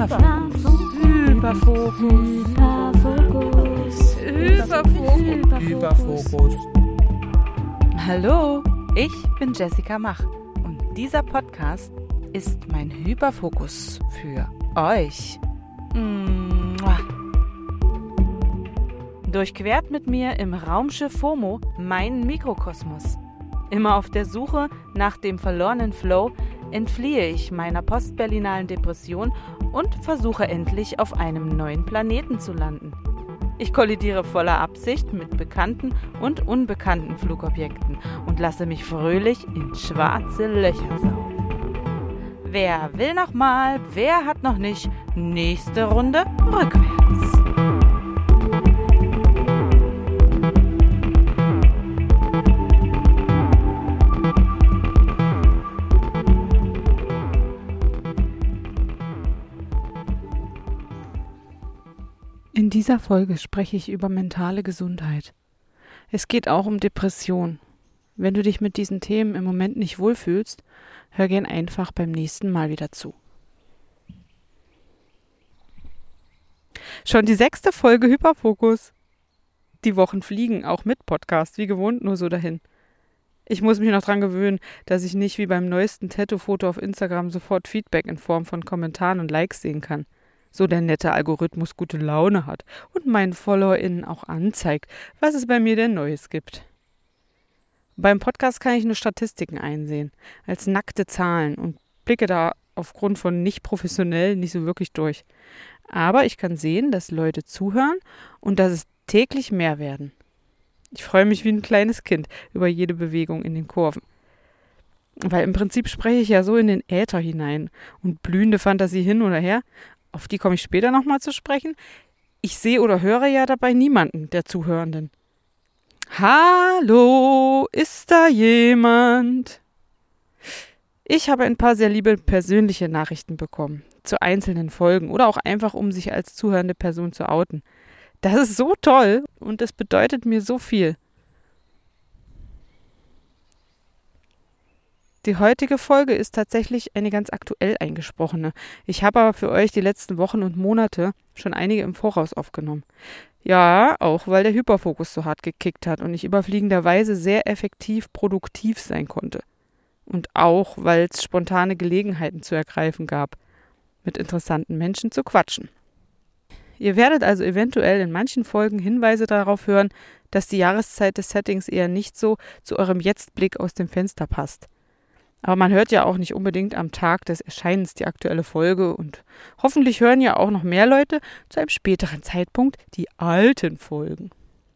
Hyperfokus. Hallo, ich bin Jessica Mach und dieser Podcast ist mein Hyperfokus für euch. Durchquert mit mir im Raumschiff FOMO meinen Mikrokosmos. Immer auf der Suche nach dem verlorenen Flow entfliehe ich meiner postberlinalen Depression und versuche endlich auf einem neuen Planeten zu landen. Ich kollidiere voller Absicht mit bekannten und unbekannten Flugobjekten und lasse mich fröhlich in schwarze Löcher saugen. Wer will noch mal, wer hat noch nicht? Nächste Runde rückwärts. In dieser Folge spreche ich über mentale Gesundheit. Es geht auch um Depression. Wenn du dich mit diesen Themen im Moment nicht wohlfühlst, hör gern einfach beim nächsten Mal wieder zu. Schon die 6. Folge Hyperfokus. Die Wochen fliegen, auch mit Podcast, wie gewohnt, nur so dahin. Ich muss mich noch dran gewöhnen, dass ich nicht wie beim neuesten Tattoo-Foto auf Instagram sofort Feedback in Form von Kommentaren und Likes sehen kann. So der nette Algorithmus gute Laune hat und meinen FollowerInnen auch anzeigt, was es bei mir denn Neues gibt. Beim Podcast kann ich nur Statistiken einsehen, als nackte Zahlen und blicke da aufgrund von nicht professionell nicht so wirklich durch. Aber ich kann sehen, dass Leute zuhören und dass es täglich mehr werden. Ich freue mich wie ein kleines Kind über jede Bewegung in den Kurven. Weil im Prinzip spreche ich ja so in den Äther hinein und blühende Fantasie hin oder her. Auf die komme ich später nochmal zu sprechen. Ich sehe oder höre ja dabei niemanden der Zuhörenden. Hallo, ist da jemand? Ich habe ein paar sehr liebe persönliche Nachrichten bekommen zu einzelnen Folgen oder auch einfach, um sich als zuhörende Person zu outen. Das ist so toll und es bedeutet mir so viel. Die heutige Folge ist tatsächlich eine ganz aktuell eingesprochene. Ich habe aber für euch die letzten Wochen und Monate schon einige im Voraus aufgenommen. Ja, auch weil der Hyperfokus so hart gekickt hat und ich überfliegenderweise sehr effektiv produktiv sein konnte. Und auch, weil es spontane Gelegenheiten zu ergreifen gab, mit interessanten Menschen zu quatschen. Ihr werdet also eventuell in manchen Folgen Hinweise darauf hören, dass die Jahreszeit des Settings eher nicht so zu eurem Jetzt-Blick aus dem Fenster passt. Aber man hört ja auch nicht unbedingt am Tag des Erscheinens die aktuelle Folge und hoffentlich hören ja auch noch mehr Leute zu einem späteren Zeitpunkt die alten Folgen.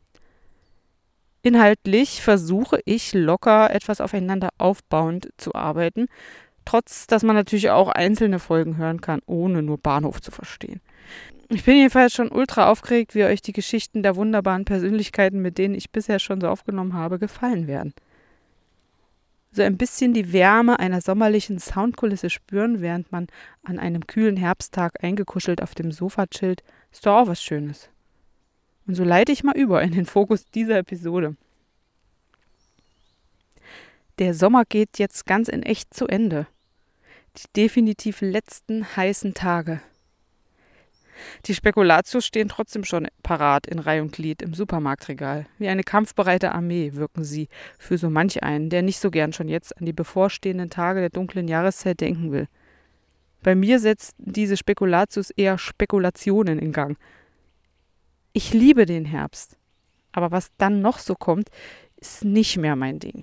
Inhaltlich versuche ich locker etwas aufeinander aufbauend zu arbeiten, trotz dass man natürlich auch einzelne Folgen hören kann, ohne nur Bahnhof zu verstehen. Ich bin jedenfalls schon ultra aufgeregt, wie euch die Geschichten der wunderbaren Persönlichkeiten, mit denen ich bisher schon so aufgenommen habe, gefallen werden. So ein bisschen die Wärme einer sommerlichen Soundkulisse spüren, während man an einem kühlen Herbsttag eingekuschelt auf dem Sofa chillt, ist doch auch was Schönes. Und so leite ich mal über in den Fokus dieser Episode. Der Sommer geht jetzt ganz in echt zu Ende. Die definitiv letzten heißen Tage. Die Spekulatius stehen trotzdem schon parat in Reih und Glied im Supermarktregal. Wie eine kampfbereite Armee wirken sie für so manch einen, der nicht so gern schon jetzt an die bevorstehenden Tage der dunklen Jahreszeit denken will. Bei mir setzt diese Spekulatius eher Spekulationen in Gang. Ich liebe den Herbst, aber was dann noch so kommt, ist nicht mehr mein Ding.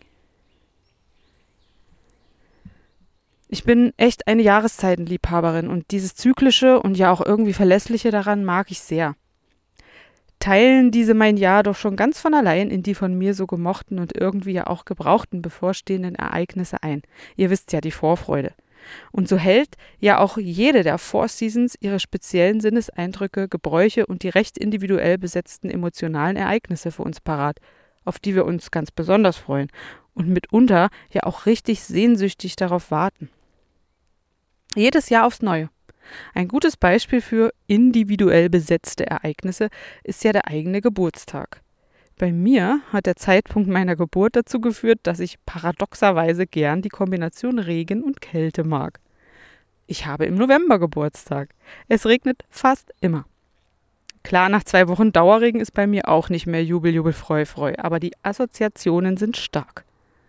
Ich bin echt eine Jahreszeitenliebhaberin und dieses Zyklische und ja auch irgendwie Verlässliche daran mag ich sehr. Teilen diese mein Jahr doch schon ganz von allein in die von mir so gemochten und irgendwie ja auch gebrauchten bevorstehenden Ereignisse ein. Ihr wisst ja, die Vorfreude. Und so hält ja auch jede der Four Seasons ihre speziellen Sinneseindrücke, Gebräuche und die recht individuell besetzten emotionalen Ereignisse für uns parat, auf die wir uns ganz besonders freuen und mitunter ja auch richtig sehnsüchtig darauf warten. Jedes Jahr aufs Neue. Ein gutes Beispiel für individuell besetzte Ereignisse ist ja der eigene Geburtstag. Bei mir hat der Zeitpunkt meiner Geburt dazu geführt, dass ich paradoxerweise gern die Kombination Regen und Kälte mag. Ich habe im November Geburtstag. Es regnet fast immer. Klar, nach 2 Wochen Dauerregen ist bei mir auch nicht mehr Jubel, Jubel, Freu, Freu, aber die Assoziationen sind stark.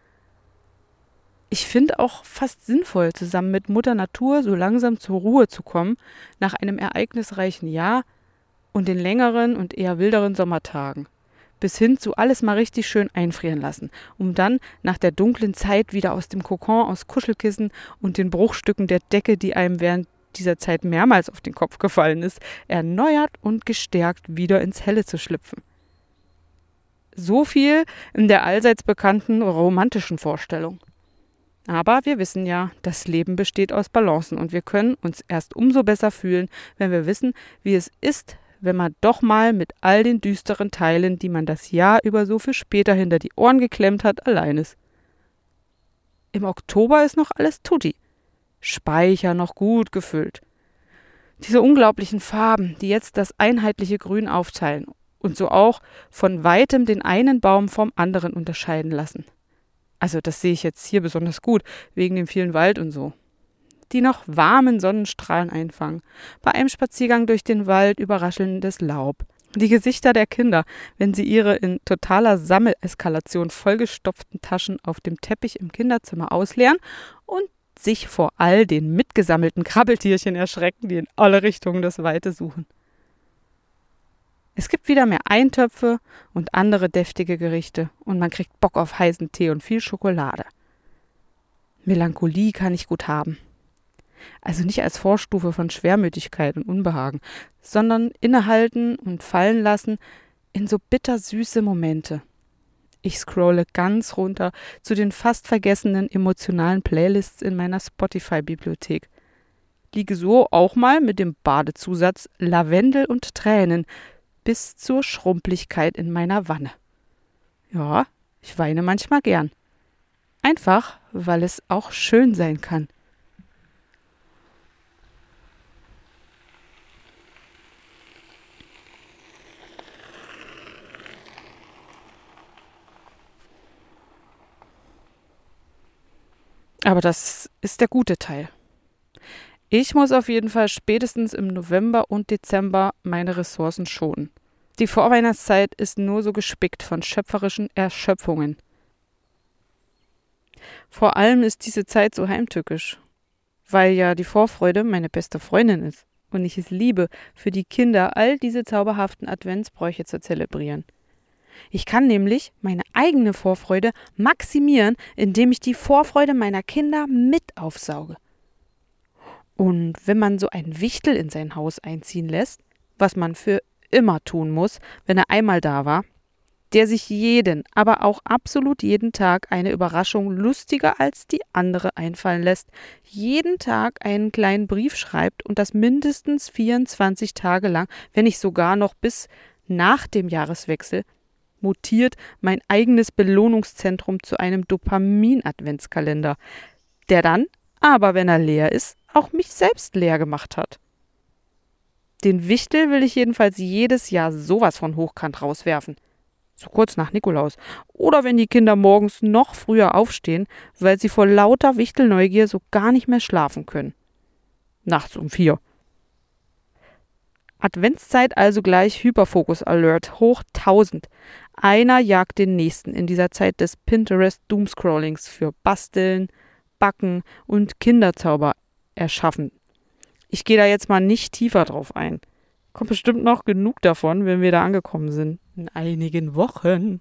Ich finde auch fast sinnvoll, zusammen mit Mutter Natur so langsam zur Ruhe zu kommen, nach einem ereignisreichen Jahr und den längeren und eher wilderen Sommertagen. Bis hin zu alles mal richtig schön einfrieren lassen, um dann nach der dunklen Zeit wieder aus dem Kokon aus Kuschelkissen und den Bruchstücken der Decke, die einem während dieser Zeit mehrmals auf den Kopf gefallen ist, erneuert und gestärkt wieder ins Helle zu schlüpfen. So viel in der allseits bekannten romantischen Vorstellung. Aber wir wissen ja, das Leben besteht aus Balancen und wir können uns erst umso besser fühlen, wenn wir wissen, wie es ist, wenn man doch mal mit all den düsteren Teilen, die man das Jahr über so viel später hinter die Ohren geklemmt hat, allein ist. Im Oktober ist noch alles tutti. Speicher noch gut gefüllt. Diese unglaublichen Farben, die jetzt das einheitliche Grün aufteilen und so auch von weitem den einen Baum vom anderen unterscheiden lassen. Also das sehe ich jetzt hier besonders gut, wegen dem vielen Wald und so. Die noch warmen Sonnenstrahlen einfangen, bei einem Spaziergang durch den Wald überraschendes Laub. Die Gesichter der Kinder, wenn sie ihre in totaler Sammeleskalation vollgestopften Taschen auf dem Teppich im Kinderzimmer ausleeren und sich vor all den mitgesammelten Krabbeltierchen erschrecken, die in alle Richtungen das Weite suchen. Es gibt wieder mehr Eintöpfe und andere deftige Gerichte und man kriegt Bock auf heißen Tee und viel Schokolade. Melancholie kann ich gut haben. Also nicht als Vorstufe von Schwermütigkeit und Unbehagen, sondern innehalten und fallen lassen in so bittersüße Momente. Ich scrolle ganz runter zu den fast vergessenen emotionalen Playlists in meiner Spotify-Bibliothek. Liege so auch mal mit dem Badezusatz Lavendel und Tränen bis zur Schrumpeligkeit in meiner Wanne. Ja, ich weine manchmal gern. Einfach, weil es auch schön sein kann. Aber das ist der gute Teil. Ich muss auf jeden Fall spätestens im November und Dezember meine Ressourcen schonen. Die Vorweihnachtszeit ist nur so gespickt von schöpferischen Erschöpfungen. Vor allem ist diese Zeit so heimtückisch, weil ja die Vorfreude meine beste Freundin ist und ich es liebe, für die Kinder all diese zauberhaften Adventsbräuche zu zelebrieren. Ich kann nämlich meine eigene Vorfreude maximieren, indem ich die Vorfreude meiner Kinder mit aufsauge. Und wenn man so ein Wichtel in sein Haus einziehen lässt, was man für immer tun muss, wenn er einmal da war, der sich jeden, aber auch absolut jeden Tag eine Überraschung lustiger als die andere einfallen lässt, jeden Tag einen kleinen Brief schreibt und das mindestens 24 Tage lang, wenn nicht sogar noch bis nach dem Jahreswechsel, mutiert mein eigenes Belohnungszentrum zu einem Dopamin-Adventskalender, der dann, aber wenn er leer ist, auch mich selbst leer gemacht hat. Den Wichtel will ich jedenfalls jedes Jahr sowas von hochkant rauswerfen. So kurz nach Nikolaus. Oder wenn die Kinder morgens noch früher aufstehen, weil sie vor lauter Wichtelneugier so gar nicht mehr schlafen können. Nachts um 4. Adventszeit also gleich Hyperfokus-Alert hoch 1000. Einer jagt den nächsten in dieser Zeit des Pinterest-Doomscrollings für Basteln, Backen und Kinderzauber erschaffen. Ich gehe da jetzt mal nicht tiefer drauf ein. Kommt bestimmt noch genug davon, wenn wir da angekommen sind. In einigen Wochen.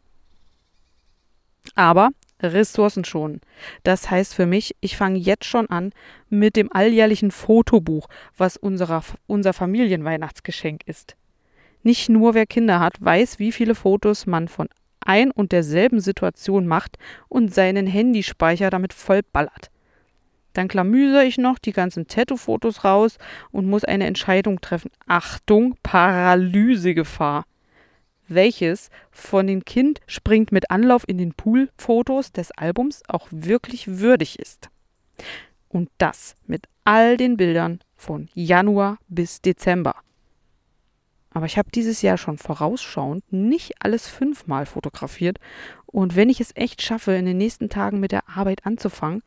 Aber Ressourcen schonen. Das heißt für mich, ich fange jetzt schon an mit dem alljährlichen Fotobuch, was unser Familienweihnachtsgeschenk ist. Nicht nur wer Kinder hat, weiß, wie viele Fotos man von ein und derselben Situation macht und seinen Handyspeicher damit vollballert. Dann klamüse ich noch die ganzen Tattoo-Fotos raus und muss eine Entscheidung treffen. Achtung, Paralysegefahr. Welches von den Kind springt mit Anlauf in den Pool Fotos des Albums auch wirklich würdig ist. Und das mit all den Bildern von Januar bis Dezember. Aber ich habe dieses Jahr schon vorausschauend nicht alles 5-mal fotografiert und wenn ich es echt schaffe, in den nächsten Tagen mit der Arbeit anzufangen,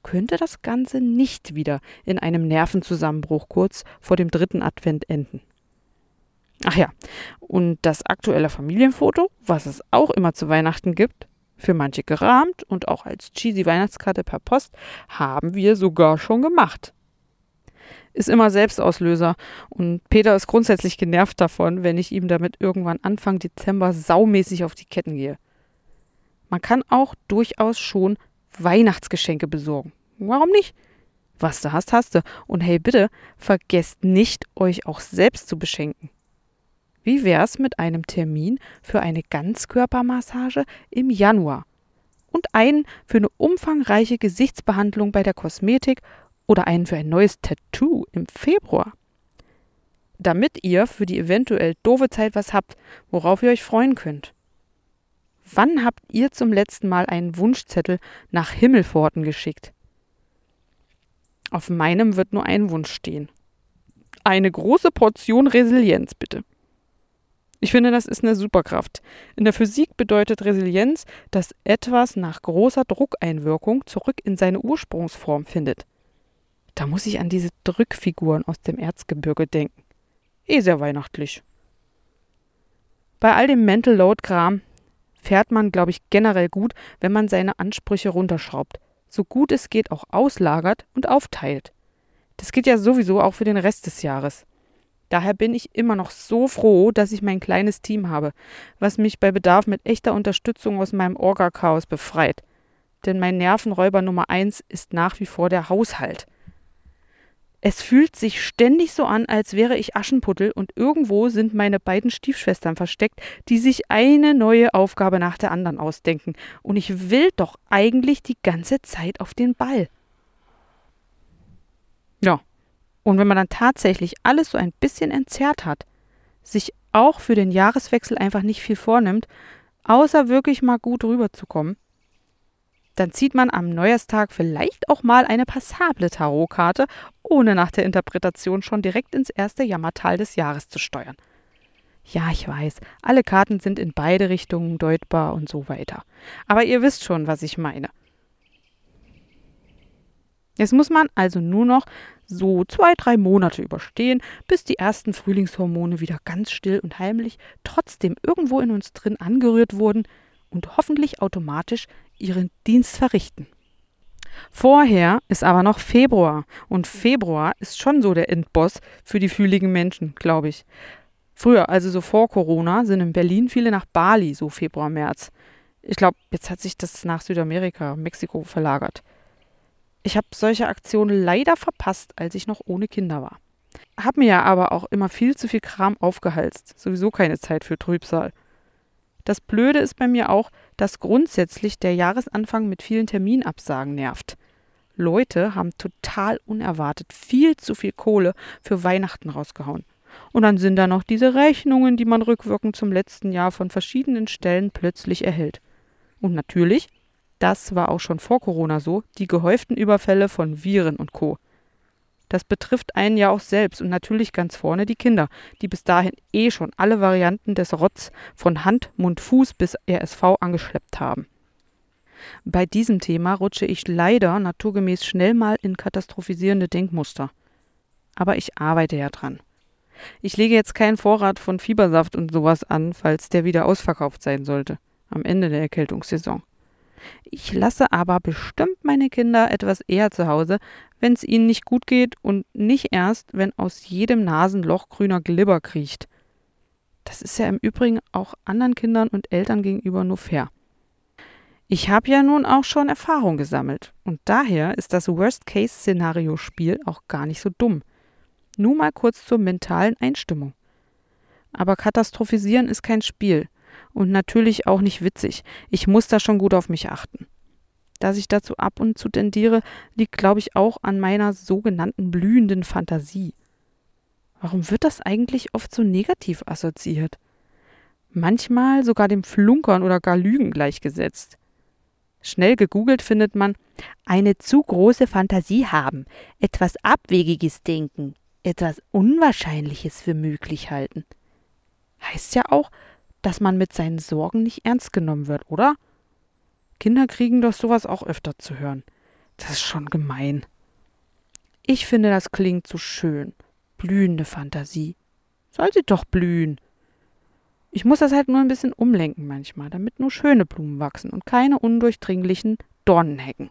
könnte das Ganze nicht wieder in einem Nervenzusammenbruch kurz vor dem 3. Advent enden. Ach ja, und das aktuelle Familienfoto, was es auch immer zu Weihnachten gibt, für manche gerahmt und auch als cheesy Weihnachtskarte per Post, haben wir sogar schon gemacht. Ist immer Selbstauslöser und Peter ist grundsätzlich genervt davon, wenn ich ihm damit irgendwann Anfang Dezember saumäßig auf die Ketten gehe. Man kann auch durchaus schon Weihnachtsgeschenke besorgen. Warum nicht? Was du hast, hast du. Und hey, bitte, vergesst nicht, euch auch selbst zu beschenken. Wie wär's mit einem Termin für eine Ganzkörpermassage im Januar und einen für eine umfangreiche Gesichtsbehandlung bei der Kosmetik oder einen für ein neues Tattoo im Februar? Damit ihr für die eventuell doofe Zeit was habt, worauf ihr euch freuen könnt. Wann habt ihr zum letzten Mal einen Wunschzettel nach Himmelpforten geschickt? Auf meinem wird nur ein Wunsch stehen. Eine große Portion Resilienz, bitte. Ich finde, das ist eine Superkraft. In der Physik bedeutet Resilienz, dass etwas nach großer Druckeinwirkung zurück in seine Ursprungsform findet. Da muss ich an diese Drückfiguren aus dem Erzgebirge denken. Sehr weihnachtlich. Bei all dem Mental Load-Kram fährt man, glaube ich, generell gut, wenn man seine Ansprüche runterschraubt, so gut es geht auch auslagert und aufteilt. Das geht ja sowieso auch für den Rest des Jahres. Daher bin ich immer noch so froh, dass ich mein kleines Team habe, was mich bei Bedarf mit echter Unterstützung aus meinem Orga-Chaos befreit. Denn mein Nervenräuber Nummer 1 ist nach wie vor der Haushalt. Es fühlt sich ständig so an, als wäre ich Aschenputtel und irgendwo sind meine beiden Stiefschwestern versteckt, die sich eine neue Aufgabe nach der anderen ausdenken. Und ich will doch eigentlich die ganze Zeit auf den Ball. Ja. Und wenn man dann tatsächlich alles so ein bisschen entzerrt hat, sich auch für den Jahreswechsel einfach nicht viel vornimmt, außer wirklich mal gut rüberzukommen, dann zieht man am Neujahrstag vielleicht auch mal eine passable Tarotkarte, ohne nach der Interpretation schon direkt ins erste Jammertal des Jahres zu steuern. Ja, ich weiß, alle Karten sind in beide Richtungen deutbar und so weiter. Aber ihr wisst schon, was ich meine. Jetzt muss man also nur noch so 2-3 Monate überstehen, bis die ersten Frühlingshormone wieder ganz still und heimlich trotzdem irgendwo in uns drin angerührt wurden und hoffentlich automatisch ihren Dienst verrichten. Vorher ist aber noch Februar und Februar ist schon so der Endboss für die fühligen Menschen, glaube ich. Früher, also so vor Corona, sind in Berlin viele nach Bali, so Februar, März. Ich glaube, jetzt hat sich das nach Südamerika, Mexiko verlagert. Ich habe solche Aktionen leider verpasst, als ich noch ohne Kinder war. Hab mir ja aber auch immer viel zu viel Kram aufgehalst. Sowieso keine Zeit für Trübsal. Das Blöde ist bei mir auch, dass grundsätzlich der Jahresanfang mit vielen Terminabsagen nervt. Leute haben total unerwartet viel zu viel Kohle für Weihnachten rausgehauen. Und dann sind da noch diese Rechnungen, die man rückwirkend zum letzten Jahr von verschiedenen Stellen plötzlich erhält. Und natürlich, das war auch schon vor Corona so, die gehäuften Überfälle von Viren und Co. Das betrifft einen ja auch selbst und natürlich ganz vorne die Kinder, die bis dahin schon alle Varianten des Rotz von Hand, Mund, Fuß bis RSV angeschleppt haben. Bei diesem Thema rutsche ich leider naturgemäß schnell mal in katastrophisierende Denkmuster. Aber ich arbeite ja dran. Ich lege jetzt keinen Vorrat von Fiebersaft und sowas an, falls der wieder ausverkauft sein sollte, am Ende der Erkältungssaison. Ich lasse aber bestimmt meine Kinder etwas eher zu Hause, wenn es ihnen nicht gut geht und nicht erst, wenn aus jedem Nasenloch grüner Glibber kriecht. Das ist ja im Übrigen auch anderen Kindern und Eltern gegenüber nur fair. Ich habe ja nun auch schon Erfahrung gesammelt und daher ist das Worst-Case-Szenario-Spiel auch gar nicht so dumm. Nur mal kurz zur mentalen Einstimmung. Aber katastrophisieren ist kein Spiel. Und natürlich auch nicht witzig. Ich muss da schon gut auf mich achten. Dass ich dazu ab und zu tendiere, liegt, glaube ich, auch an meiner sogenannten blühenden Fantasie. Warum wird das eigentlich oft so negativ assoziiert? Manchmal sogar dem Flunkern oder gar Lügen gleichgesetzt. Schnell gegoogelt findet man, eine zu große Fantasie haben, etwas Abwegiges denken, etwas Unwahrscheinliches für möglich halten. Heißt ja auch, dass man mit seinen Sorgen nicht ernst genommen wird, oder? Kinder kriegen doch sowas auch öfter zu hören. Das ist schon gemein. Ich finde, das klingt so schön. Blühende Fantasie. Soll sie doch blühen. Ich muss das halt nur ein bisschen umlenken manchmal, damit nur schöne Blumen wachsen und keine undurchdringlichen Dornenhecken.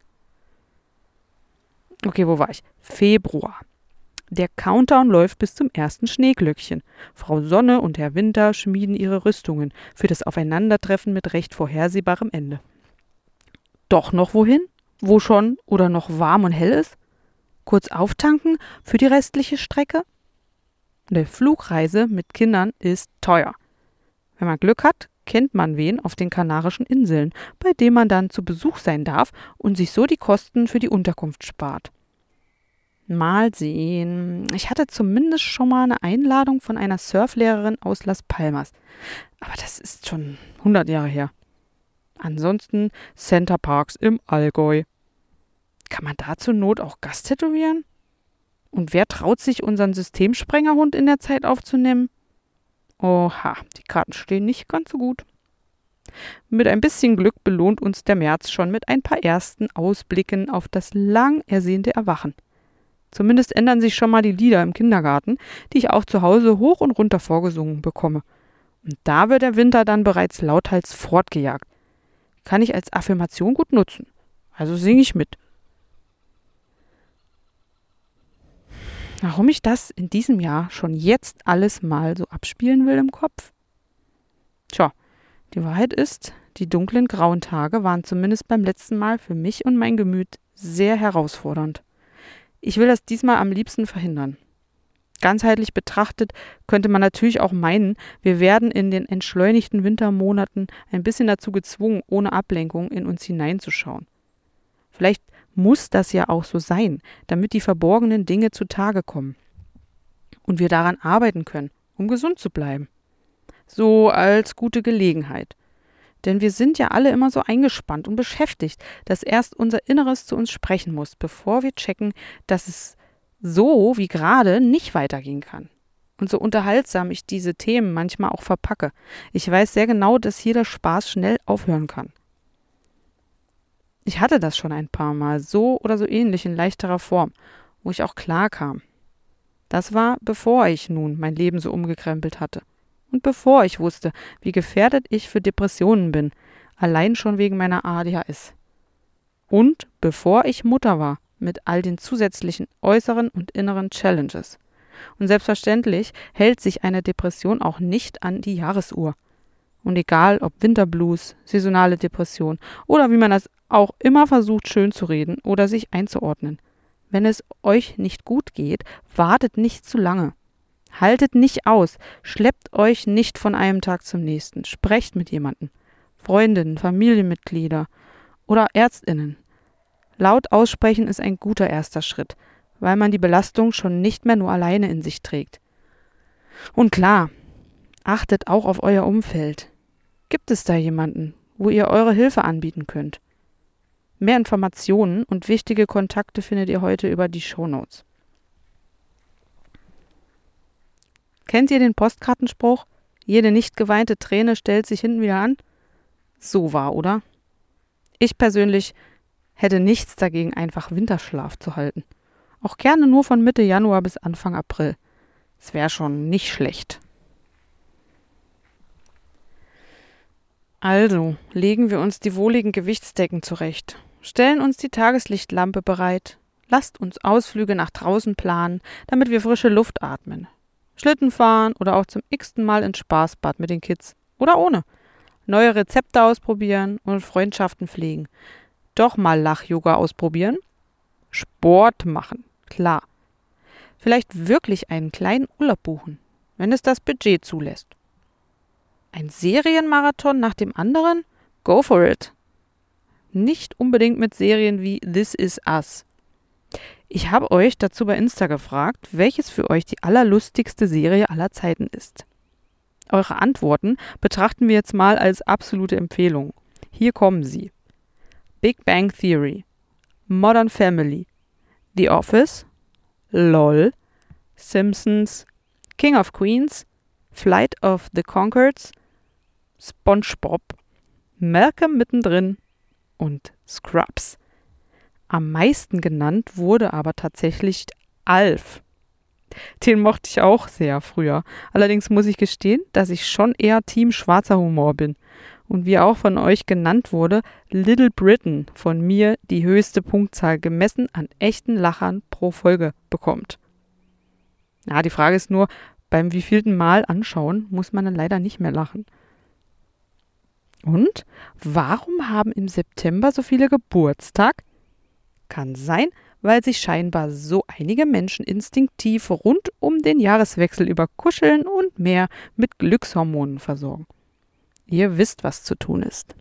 Okay, wo war ich? Februar. Der Countdown läuft bis zum ersten Schneeglöckchen. Frau Sonne und Herr Winter schmieden ihre Rüstungen für das Aufeinandertreffen mit recht vorhersehbarem Ende. Doch noch wohin? Wo schon oder noch warm und hell ist? Kurz auftanken für die restliche Strecke? Eine Flugreise mit Kindern ist teuer. Wenn man Glück hat, kennt man wen auf den Kanarischen Inseln, bei dem man dann zu Besuch sein darf und sich so die Kosten für die Unterkunft spart. Mal sehen. Ich hatte zumindest schon mal eine Einladung von einer Surflehrerin aus Las Palmas. Aber das ist schon 100 Jahre her. Ansonsten Center Parcs im Allgäu. Kann man da zur Not auch Gast tätowieren? Und wer traut sich, unseren Systemsprengerhund in der Zeit aufzunehmen? Oha, die Karten stehen nicht ganz so gut. Mit ein bisschen Glück belohnt uns der März schon mit ein paar ersten Ausblicken auf das lang ersehnte Erwachen. Zumindest ändern sich schon mal die Lieder im Kindergarten, die ich auch zu Hause hoch und runter vorgesungen bekomme. Und da wird der Winter dann bereits lauthals fortgejagt. Kann ich als Affirmation gut nutzen. Also singe ich mit. Warum ich das in diesem Jahr schon jetzt alles mal so abspielen will im Kopf? Tja, die Wahrheit ist, die dunklen grauen Tage waren zumindest beim letzten Mal für mich und mein Gemüt sehr herausfordernd. Ich will das diesmal am liebsten verhindern. Ganzheitlich betrachtet könnte man natürlich auch meinen, wir werden in den entschleunigten Wintermonaten ein bisschen dazu gezwungen, ohne Ablenkung in uns hineinzuschauen. Vielleicht muss das ja auch so sein, damit die verborgenen Dinge zutage kommen und wir daran arbeiten können, um gesund zu bleiben. So als gute Gelegenheit. Denn wir sind ja alle immer so eingespannt und beschäftigt, dass erst unser Inneres zu uns sprechen muss, bevor wir checken, dass es so wie gerade nicht weitergehen kann. Und so unterhaltsam ich diese Themen manchmal auch verpacke. Ich weiß sehr genau, dass hier der Spaß schnell aufhören kann. Ich hatte das schon ein paar Mal, so oder so ähnlich in leichterer Form, wo ich auch klar kam. Das war, bevor ich nun mein Leben so umgekrempelt hatte. Und bevor ich wusste, wie gefährdet ich für Depressionen bin, allein schon wegen meiner ADHS. Und bevor ich Mutter war, mit all den zusätzlichen äußeren und inneren Challenges. Und selbstverständlich hält sich eine Depression auch nicht an die Jahresuhr. Und egal ob Winterblues, saisonale Depression oder wie man das auch immer versucht schön zu reden oder sich einzuordnen. Wenn es euch nicht gut geht, wartet nicht zu lange. Haltet nicht aus, schleppt euch nicht von einem Tag zum nächsten, sprecht mit jemandem, Freundinnen, Familienmitglieder oder ÄrztInnen. Laut aussprechen ist ein guter erster Schritt, weil man die Belastung schon nicht mehr nur alleine in sich trägt. Und klar, achtet auch auf euer Umfeld. Gibt es da jemanden, wo ihr eure Hilfe anbieten könnt? Mehr Informationen und wichtige Kontakte findet ihr heute über die Shownotes. Kennt ihr den Postkartenspruch? Jede nicht geweinte Träne stellt sich hinten wieder an? So wahr, oder? Ich persönlich hätte nichts dagegen, einfach Winterschlaf zu halten. Auch gerne nur von Mitte Januar bis Anfang April. Es wäre schon nicht schlecht. Also, legen wir uns die wohligen Gewichtsdecken zurecht, stellen uns die Tageslichtlampe bereit, lasst uns Ausflüge nach draußen planen, damit wir frische Luft atmen. Schlitten fahren oder auch zum x-ten Mal ins Spaßbad mit den Kids. Oder ohne. Neue Rezepte ausprobieren und Freundschaften pflegen. Doch mal Lach-Yoga ausprobieren. Sport machen, klar. Vielleicht wirklich einen kleinen Urlaub buchen, wenn es das Budget zulässt. Ein Serienmarathon nach dem anderen? Go for it. Nicht unbedingt mit Serien wie This Is Us. Ich habe euch dazu bei Insta gefragt, welches für euch die allerlustigste Serie aller Zeiten ist. Eure Antworten betrachten wir jetzt mal als absolute Empfehlung. Hier kommen sie. Big Bang Theory, Modern Family, The Office, LOL, Simpsons, King of Queens, Flight of the Conchords, SpongeBob, Malcolm mittendrin und Scrubs. Am meisten genannt wurde aber tatsächlich Alf. Den mochte ich auch sehr früher. Allerdings muss ich gestehen, dass ich schon eher Team schwarzer Humor bin. Und wie auch von euch genannt wurde, Little Britain von mir die höchste Punktzahl gemessen an echten Lachern pro Folge bekommt. Ja, die Frage ist nur, beim wievielten Mal anschauen muss man dann leider nicht mehr lachen. Und warum haben im September so viele Geburtstag? Kann sein, weil sich scheinbar so einige Menschen instinktiv rund um den Jahreswechsel über Kuscheln und mehr mit Glückshormonen versorgen. Ihr wisst, was zu tun ist.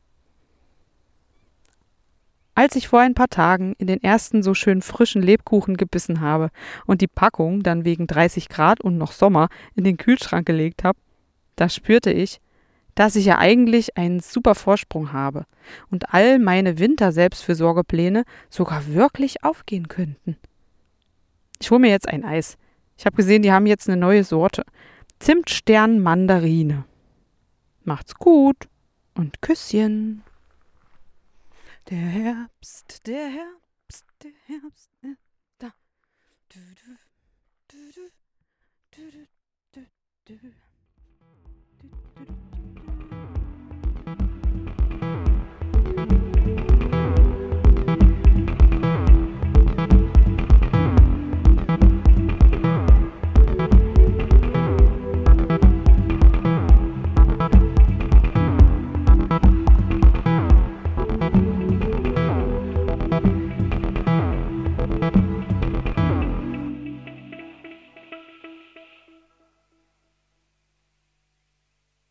Als ich vor ein paar Tagen in den ersten so schön frischen Lebkuchen gebissen habe und die Packung dann wegen 30 Grad und noch Sommer in den Kühlschrank gelegt habe, da spürte ich, dass ich ja eigentlich einen super Vorsprung habe und all meine Winter-Selbstfürsorgepläne sogar wirklich aufgehen könnten. Ich hole mir jetzt ein Eis. Ich habe gesehen, die haben jetzt eine neue Sorte. Zimtstern Mandarine. Macht's gut und Küsschen. Der Herbst, der Herbst, der Herbst, da. Du, du, du, du, du, du, du, du.